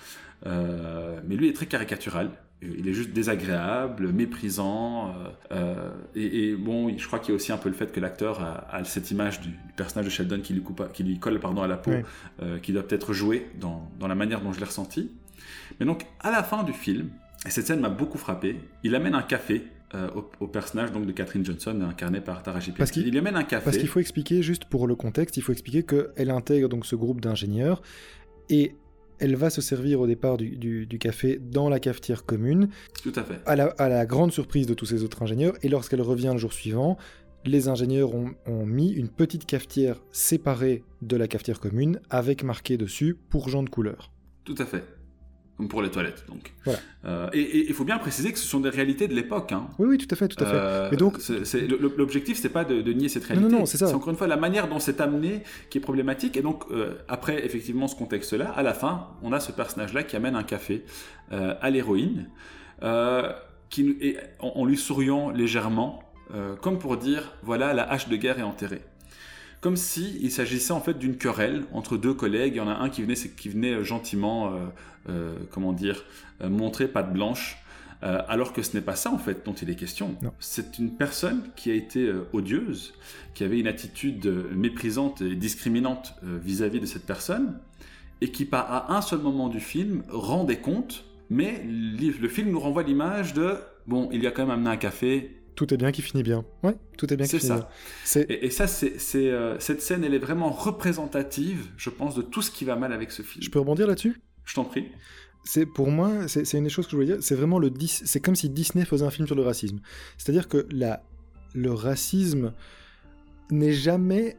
euh, mais lui est très caricatural. Il est juste désagréable, méprisant, euh, euh, et, et bon, je crois qu'il y a aussi un peu le fait que l'acteur a, a cette image du, du personnage de Sheldon qui lui, coupe, qui lui colle pardon, à la peau, oui. euh, qui doit peut-être jouer dans, dans la manière dont je l'ai ressenti. Mais donc, à la fin du film, et cette scène m'a beaucoup frappé, il amène un café euh, au, au personnage donc, de Katherine Johnson, incarné par Taraji P. Il, il lui amène un café. Parce qu'il faut expliquer, juste pour le contexte, il faut expliquer qu'elle intègre donc ce groupe d'ingénieurs, et elle va se servir au départ du, du, du café dans la cafetière commune. Tout à fait. À la, à la grande surprise de tous ces autres ingénieurs. Et lorsqu'elle revient le jour suivant, les ingénieurs ont, ont mis une petite cafetière séparée de la cafetière commune avec marqué dessus pour gens de couleur. Tout à fait. Comme pour les toilettes, donc. Voilà. Euh, et il faut bien préciser que ce sont des réalités de l'époque. Hein. Oui, oui, tout à fait, tout à fait. Euh, et donc, c'est, c'est, l'objectif, c'est pas de, de nier cette réalité. Non, non, non, c'est ça. C'est encore une fois la manière dont c'est amené qui est problématique. Et donc, euh, après, effectivement, ce contexte-là, à la fin, on a ce personnage-là qui amène un café euh, à l'héroïne, euh, qui, et, en, en lui souriant légèrement, euh, comme pour dire, voilà, la hache de guerre est enterrée. Comme s'il si s'agissait en fait d'une querelle entre deux collègues. Il y en a un qui venait, qui venait gentiment, euh, euh, comment dire, euh, montrer patte blanche, euh, alors que ce n'est pas ça en fait dont il est question. Non. C'est une personne qui a été euh, odieuse, qui avait une attitude euh, méprisante et discriminante euh, vis-à-vis de cette personne, et qui à un seul moment du film rend des comptes, mais le film nous renvoie l'image de bon, il y a quand même amené un café. Tout est bien qui finit bien. Ouais, tout est bien qui c'est finit ça. bien. C'est... Et, et ça, c'est, c'est, euh, cette scène, elle est vraiment représentative, je pense, de tout ce qui va mal avec ce film. Je peux rebondir là-dessus ? Je t'en prie. C'est, pour moi, c'est, c'est une des choses que je voulais dire, c'est vraiment le... Dis... C'est comme si Disney faisait un film sur le racisme. C'est-à-dire que la... le racisme n'est jamais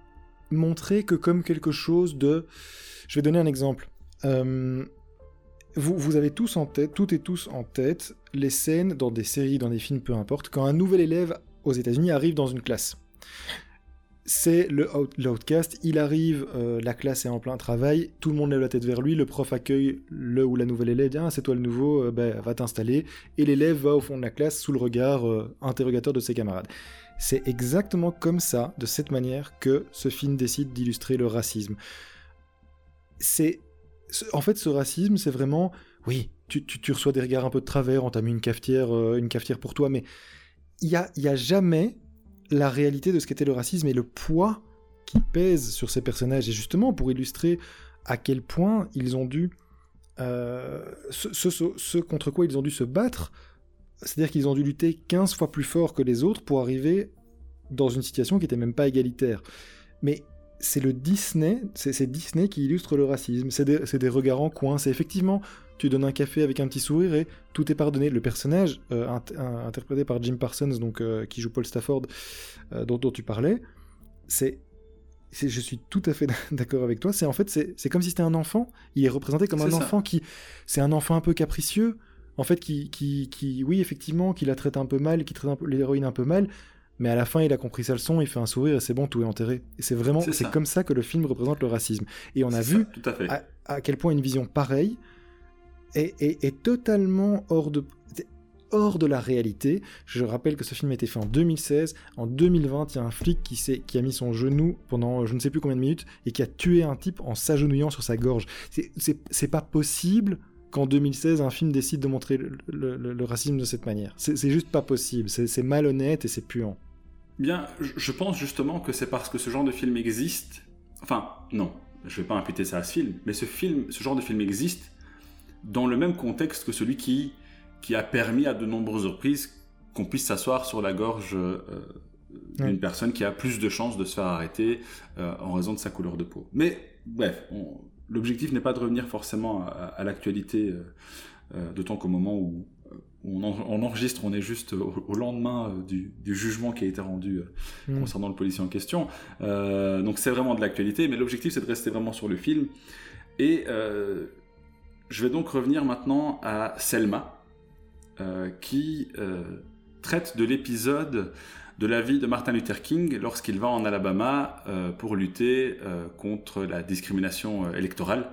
montré que comme quelque chose de... Je vais donner un exemple. Euh... Vous, vous avez tous en tête, toutes et tous en tête, les scènes dans des séries, dans des films, peu importe, quand un nouvel élève aux États-Unis arrive dans une classe. C'est le out, l'outcast, il arrive, euh, la classe est en plein travail, tout le monde lève la tête vers lui, le prof accueille le ou la nouvelle élève, ah, c'est toi le nouveau, euh, ben, va t'installer, et l'élève va au fond de la classe sous le regard euh, interrogateur de ses camarades. C'est exactement comme ça, de cette manière, que ce film décide d'illustrer le racisme. c'est, en fait, ce racisme, c'est vraiment, oui, tu, tu, tu reçois des regards un peu de travers, on t'a mis une cafetière, euh, une cafetière pour toi, mais il y a, y a jamais la réalité de ce qu'était le racisme et le poids qui pèse sur ces personnages. Et justement, pour illustrer à quel point ils ont dû, euh, ce, ce, ce, ce contre quoi ils ont dû se battre, c'est-à-dire qu'ils ont dû lutter quinze fois plus fort que les autres pour arriver dans une situation qui n'était même pas égalitaire. Mais c'est le Disney, c'est, c'est Disney qui illustre le racisme. C'est des, c'est des regards en coin. C'est effectivement, tu donnes un café avec un petit sourire et tout est pardonné. Le personnage euh, int- euh, interprété par Jim Parsons, donc euh, qui joue Paul Stafford, euh, dont, dont tu parlais, c'est, c'est, je suis tout à fait d'accord avec toi. C'est en fait, c'est, c'est comme si c'était un enfant. Il est représenté comme c'est un ça. enfant qui, c'est un enfant un peu capricieux, en fait, qui, qui, qui, oui, effectivement, qui la traite un peu mal, qui traite un peu, l'héroïne un peu mal. Mais à la fin, il a compris sa leçon, il fait un sourire et c'est bon, tout est enterré. Et c'est vraiment, c'est, c'est comme ça que le film représente le racisme. Et on a c'est vu ça, tout à, fait. À, à quel point une vision pareille est, est, est totalement hors de, hors de la réalité. Je rappelle que ce film a été fait en deux mille seize. En deux mille vingt, il y a un flic qui, s'est, qui a mis son genou pendant je ne sais plus combien de minutes et qui a tué un type en s'agenouillant sur sa gorge. C'est, c'est, c'est pas possible qu'en deux mille seize, un film décide de montrer le, le, le, le racisme de cette manière. C'est, c'est juste pas possible. C'est, c'est malhonnête et c'est puant. Bien, je pense justement que c'est parce que ce genre de film existe... Enfin, non, je ne vais pas imputer ça à ce film, mais ce, film, ce genre de film existe dans le même contexte que celui qui, qui a permis à de nombreuses reprises qu'on puisse s'asseoir sur la gorge euh, d'une ouais. personne qui a plus de chances de se faire arrêter euh, en raison de sa couleur de peau. Mais bref, on, l'objectif n'est pas de revenir forcément à, à l'actualité, euh, euh, d'autant qu'au moment où... On, en, on enregistre, on est juste au, au lendemain euh, du, du jugement qui a été rendu euh, mmh. concernant le policier en question. Euh, donc c'est vraiment de l'actualité, mais l'objectif c'est de rester vraiment sur le film. Et euh, je vais donc revenir maintenant à Selma, euh, qui euh, traite de l'épisode de la vie de Martin Luther King lorsqu'il va en Alabama euh, pour lutter euh, contre la discrimination euh, électorale.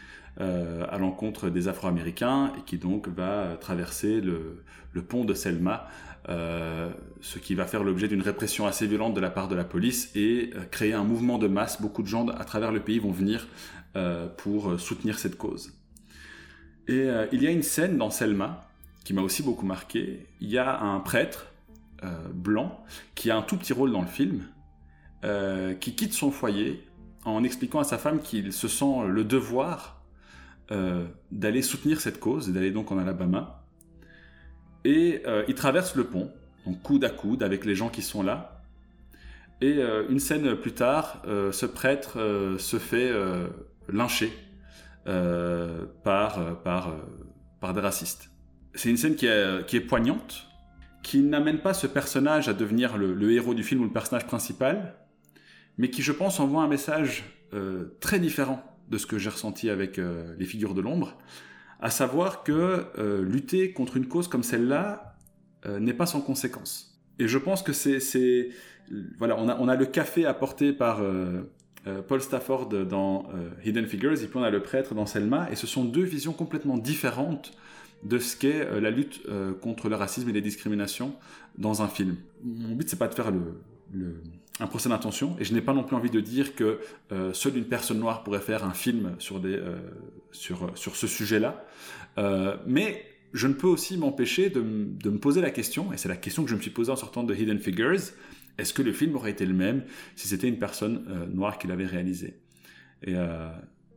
Euh, à l'encontre des Afro-Américains et qui donc va traverser le, le pont de Selma, euh, ce qui va faire l'objet d'une répression assez violente de la part de la police et euh, créer un mouvement de masse. Beaucoup de gens à travers le pays vont venir euh, pour soutenir cette cause. Et euh, il y a une scène dans Selma qui m'a aussi beaucoup marqué. Il y a un prêtre euh, blanc qui a un tout petit rôle dans le film, euh, qui quitte son foyer en expliquant à sa femme qu'il se sent le devoir Euh, d'aller soutenir cette cause et d'aller donc en Alabama. Et euh, il traverse le pont, donc coude à coude avec les gens qui sont là. Et euh, une scène plus tard, euh, ce prêtre euh, se fait euh, lyncher euh, par, euh, par, euh, par des racistes. C'est une scène qui est, qui est poignante, qui n'amène pas ce personnage à devenir le, le héros du film ou le personnage principal, mais qui, je pense, envoie un message euh, très différent de ce que j'ai ressenti avec euh, les figures de l'ombre, à savoir que euh, lutter contre une cause comme celle-là euh, n'est pas sans conséquences. Et je pense que c'est... c'est voilà, on a, on a le café apporté par euh, euh, Paul Stafford dans euh, Hidden Figures, et puis on a le prêtre dans Selma, et ce sont deux visions complètement différentes de ce qu'est euh, la lutte euh, contre le racisme et les discriminations dans un film. Mon but, c'est pas de faire le... le un procès d'intention, et je n'ai pas non plus envie de dire que euh, seule une personne noire pourrait faire un film sur, des, euh, sur, sur ce sujet-là, euh, mais je ne peux aussi m'empêcher de, m- de me poser la question, et c'est la question que je me suis posée en sortant de Hidden Figures, est-ce que le film aurait été le même si c'était une personne euh, noire qui l'avait réalisé ? Et, euh,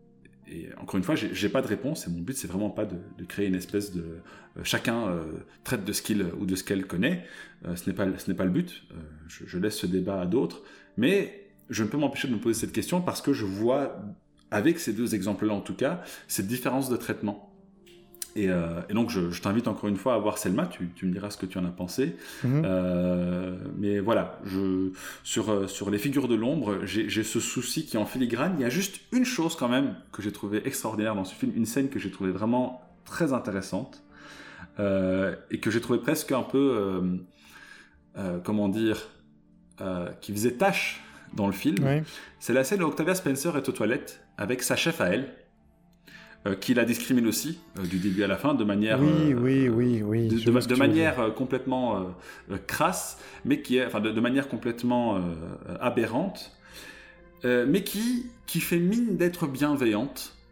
et encore une fois, j'ai, j'ai pas de réponse, et mon but c'est vraiment pas de, de créer une espèce de... Euh, chacun euh, traite de ce qu'il ou de ce qu'elle connaît, euh, ce n'est pas, ce n'est pas le but, euh, je, je laisse ce débat à d'autres, mais je ne peux m'empêcher de me poser cette question parce que je vois, avec ces deux exemples-là en tout cas, cette différence de traitement. Et, euh, et donc je, je t'invite encore une fois à voir Selma, tu, tu me diras ce que tu en as pensé. Mmh. Euh, mais voilà, je, sur, sur les figures de l'ombre, j'ai, j'ai ce souci qui est en filigrane. Il y a juste une chose quand même que j'ai trouvé extraordinaire dans ce film, une scène que j'ai trouvée vraiment très intéressante euh, et que j'ai trouvé presque un peu, euh, euh, comment dire, euh, qui faisait tâche dans le film. Oui. C'est la scène où Octavia Spencer est aux toilettes avec sa chef à elle. Euh, qui la discrimine aussi, euh, du début à la fin, de manière, oui, euh, oui, oui, oui, de, de, de manière euh, complètement euh, euh, crasse, mais qui est, enfin, de, de manière complètement euh, aberrante, euh, mais qui, qui fait mine d'être bienveillante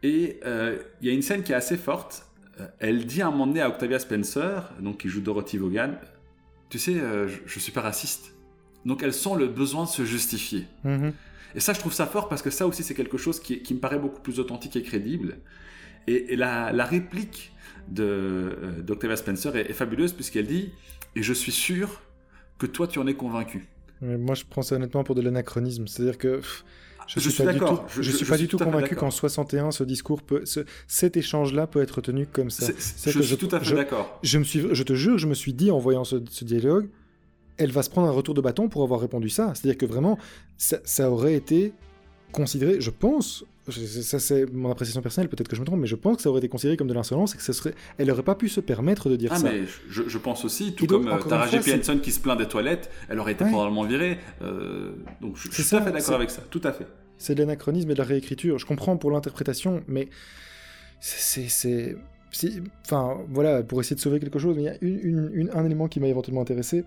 Et il euh, y a une scène qui est assez forte. Elle dit à un moment donné à Octavia Spencer, donc qui joue Dorothy Vaughan, tu sais, euh, je, je suis pas raciste. Donc elle sent le besoin de se justifier. Mm-hmm. Et ça, je trouve ça fort parce que ça aussi, c'est quelque chose qui, qui me paraît beaucoup plus authentique et crédible. Et, et la, la réplique de, euh, d'Octavia Spencer est, est fabuleuse puisqu'elle dit « Et je suis sûr que toi, tu en es convaincu. » Mais moi, je prends ça honnêtement pour de l'anachronisme. C'est-à-dire que... Pff, je, je suis, suis d'accord. Tout, je, je, je suis pas je du suis tout convaincu qu'en soixante et un, ce discours peut, ce, cet échange-là peut être tenu comme ça. C'est, c'est je suis je, tout à fait je, d'accord. Je, me suis, je te jure, je me suis dit en voyant ce, ce dialogue, elle va se prendre un retour de bâton pour avoir répondu ça. C'est-à-dire que vraiment, ça, ça aurait été considéré, je pense, ça c'est mon appréciation personnelle, peut-être que je me trompe, mais je pense que ça aurait été considéré comme de l'insolence et que ça serait, elle n'aurait pas pu se permettre de dire ah, ça. Ah mais je, je pense aussi, tout donc, comme euh, Tara J. Henson qui se plaint des toilettes, elle aurait été ouais. probablement virée. Euh, donc je, je suis ça, tout à fait d'accord avec ça, tout à fait. C'est de l'anachronisme et de la réécriture. Je comprends pour l'interprétation, mais c'est... c'est, c'est enfin, voilà, pour essayer de sauver quelque chose, mais il y a une, une, une, un élément qui m'a éventuellement intéressé,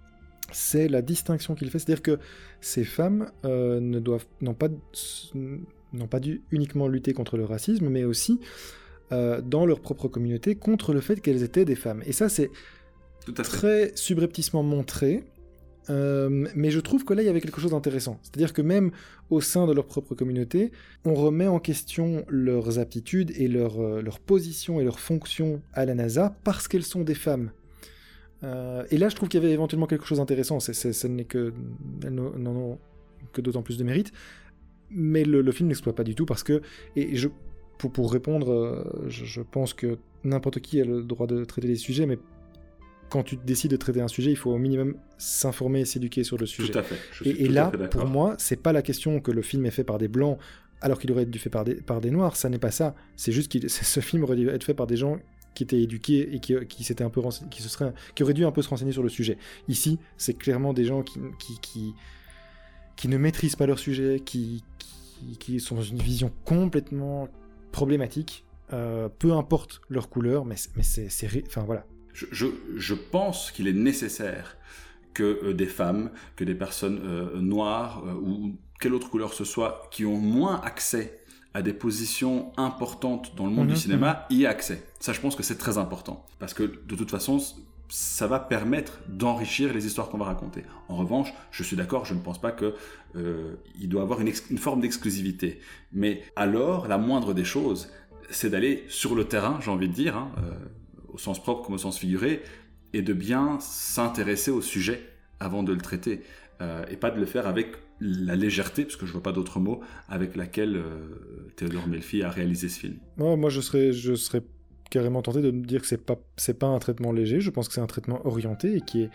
c'est la distinction qu'il fait. C'est-à-dire que ces femmes euh, ne doivent, n'ont pas, n'ont pas dû uniquement lutter contre le racisme, mais aussi, euh, dans leur propre communauté, contre le fait qu'elles étaient des femmes. Et ça, c'est très subrepticement montré. Euh, mais je trouve que là, il y avait quelque chose d'intéressant. C'est-à-dire que même au sein de leur propre communauté, on remet en question leurs aptitudes et leur, euh, leur position et leur fonction à la NASA parce qu'elles sont des femmes. Euh, et là, je trouve qu'il y avait éventuellement quelque chose d'intéressant. C'est, c'est, ce n'est que... Elles n'en ont que d'autant plus de mérite. Mais le, le film n'exploite pas du tout parce que... Et je, pour, pour répondre, euh, je, je pense que n'importe qui a le droit de traiter des sujets, mais quand tu décides de traiter un sujet, il faut au minimum s'informer et s'éduquer sur le sujet. Tout à fait. Je et suis et tout là, à fait pour moi, c'est pas la question que le film est fait par des blancs alors qu'il aurait été fait par des, par des noirs. Ça n'est pas ça. C'est juste que ce film aurait dû être fait par des gens qui étaient éduqués et qui, qui s'étaient un peu rense... qui se seraient, qui auraient dû un peu se renseigner sur le sujet. Ici, c'est clairement des gens qui, qui, qui, qui ne maîtrisent pas leur sujet, qui, qui, qui sont dans une vision complètement problématique. Euh, peu importe leur couleur, mais, mais c'est, c'est, enfin voilà. Je, je, je pense qu'il est nécessaire que euh, des femmes, que des personnes euh, noires euh, ou quelle autre couleur ce soit, qui ont moins accès à des positions importantes dans le monde mmh, du cinéma, mmh. y aient accès. Ça, je pense que c'est très important. Parce que de toute façon, ça va permettre d'enrichir les histoires qu'on va raconter. En revanche, je suis d'accord, je ne pense pas qu'il euh, doit avoir une, ex- une forme d'exclusivité. Mais alors, la moindre des choses, c'est d'aller sur le terrain, j'ai envie de dire, hein, euh, au sens propre comme au sens figuré, et de bien s'intéresser au sujet avant de le traiter, euh, et pas de le faire avec la légèreté, parce que je vois pas d'autre mot, avec laquelle euh, Théodore Melfi a réalisé ce film. Ouais, moi, je serais, je serais carrément tenté de me dire que c'est pas, c'est pas un traitement léger. Je pense que c'est un traitement orienté et qui est,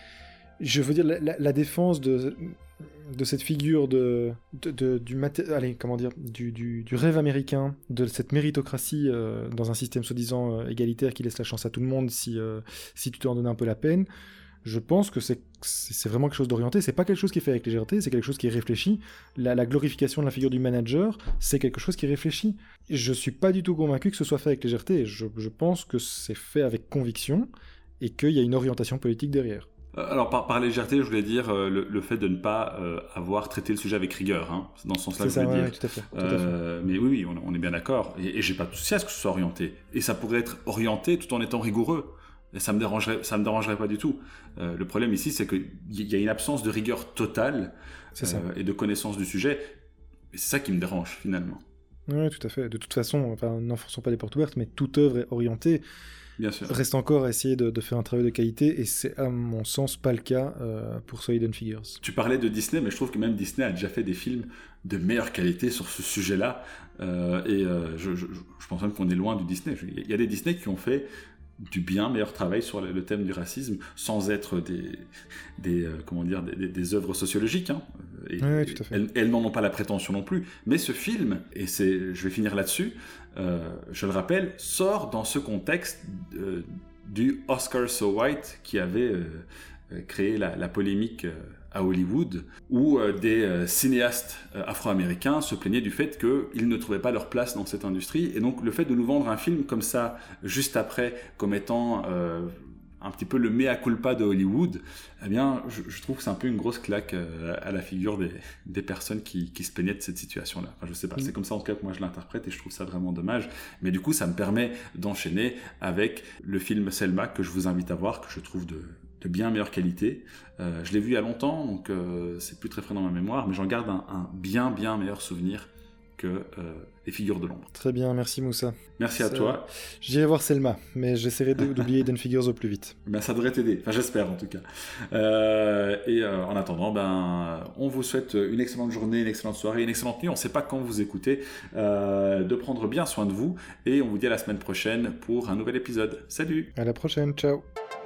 je veux dire, la, la, la défense de de cette figure de, de, de du maté- allez comment dire du, du, du rêve américain, de cette méritocratie euh, dans un système soi-disant euh, égalitaire qui laisse la chance à tout le monde si euh, si tu t'en donnes un peu la peine. Je pense que c'est, c'est, c'est vraiment quelque chose d'orienté. C'est pas quelque chose qui est fait avec légèreté, c'est quelque chose qui est réfléchi. La, la glorification de la figure du manager, c'est quelque chose qui est réfléchi. Je suis pas du tout convaincu que ce soit fait avec légèreté. Je, je pense que c'est fait avec conviction et qu'il y a une orientation politique derrière. Alors, par, par légèreté, je voulais dire euh, le, le fait de ne pas euh, avoir traité le sujet avec rigueur. Hein. C'est dans ce sens-là c'est que je voulais ça, dire. Ouais, tout à fait, tout euh, à fait. Mais oui, oui, on, on est bien d'accord. Et, et j'ai pas de souci à ce que ce soit orienté. Et ça pourrait être orienté tout en étant rigoureux. Et ça me dérangerait, ça me dérangerait pas du tout. Euh, le problème ici, c'est qu'il y a une absence de rigueur totale euh, et de connaissance du sujet. Et c'est ça qui me dérange, finalement. Oui, tout à fait. De toute façon, enfin, n'enfonçons pas les portes ouvertes, mais toute œuvre est orientée. Bien sûr. Reste encore à essayer de, de faire un travail de qualité, et c'est à mon sens pas le cas euh, pour So Hidden Figures. Tu parlais de Disney, mais je trouve que même Disney a déjà fait des films de meilleure qualité sur ce sujet-là. Euh, et euh, je, je, je pense même qu'on est loin du Disney. Il y a des Disney qui ont fait du bien meilleur travail sur le, le thème du racisme sans être des, des, euh, comment dire, des, des, des œuvres sociologiques. Hein. Et, oui, tout à fait. Elles, elles n'en ont pas la prétention non plus. Mais ce film, et c'est, je vais finir là-dessus, euh, je le rappelle, sort dans ce contexte euh, du Oscar So White qui avait euh, créé la, la polémique euh, à Hollywood, où euh, des euh, cinéastes euh, afro-américains se plaignaient du fait qu'ils ne trouvaient pas leur place dans cette industrie. Et donc le fait de nous vendre un film comme ça, juste après, comme étant euh, un petit peu le mea culpa de Hollywood, eh bien, je, je trouve que c'est un peu une grosse claque euh, à la figure des, des personnes qui, qui se plaignaient de cette situation-là. Enfin, je sais pas, mmh. c'est comme ça en tout cas que moi je l'interprète et je trouve ça vraiment dommage. Mais du coup, ça me permet d'enchaîner avec le film Selma que je vous invite à voir, que je trouve de, de bien meilleure qualité. Euh, je l'ai vu il y a longtemps, donc euh, c'est plus très frais dans ma mémoire, mais j'en garde un, un bien, bien meilleur souvenir que euh, Les Figures de l'ombre. Très bien, merci Moussa. Merci ça... à toi. J'irai voir Selma, mais j'essaierai d'oublier Hidden Figures au plus vite. Ben, ça devrait t'aider, enfin j'espère en tout cas. Euh, et euh, en attendant, ben, on vous souhaite une excellente journée, une excellente soirée, une excellente nuit. On ne sait pas quand vous écoutez, euh, de prendre bien soin de vous. Et on vous dit à la semaine prochaine pour un nouvel épisode. Salut! À la prochaine, ciao!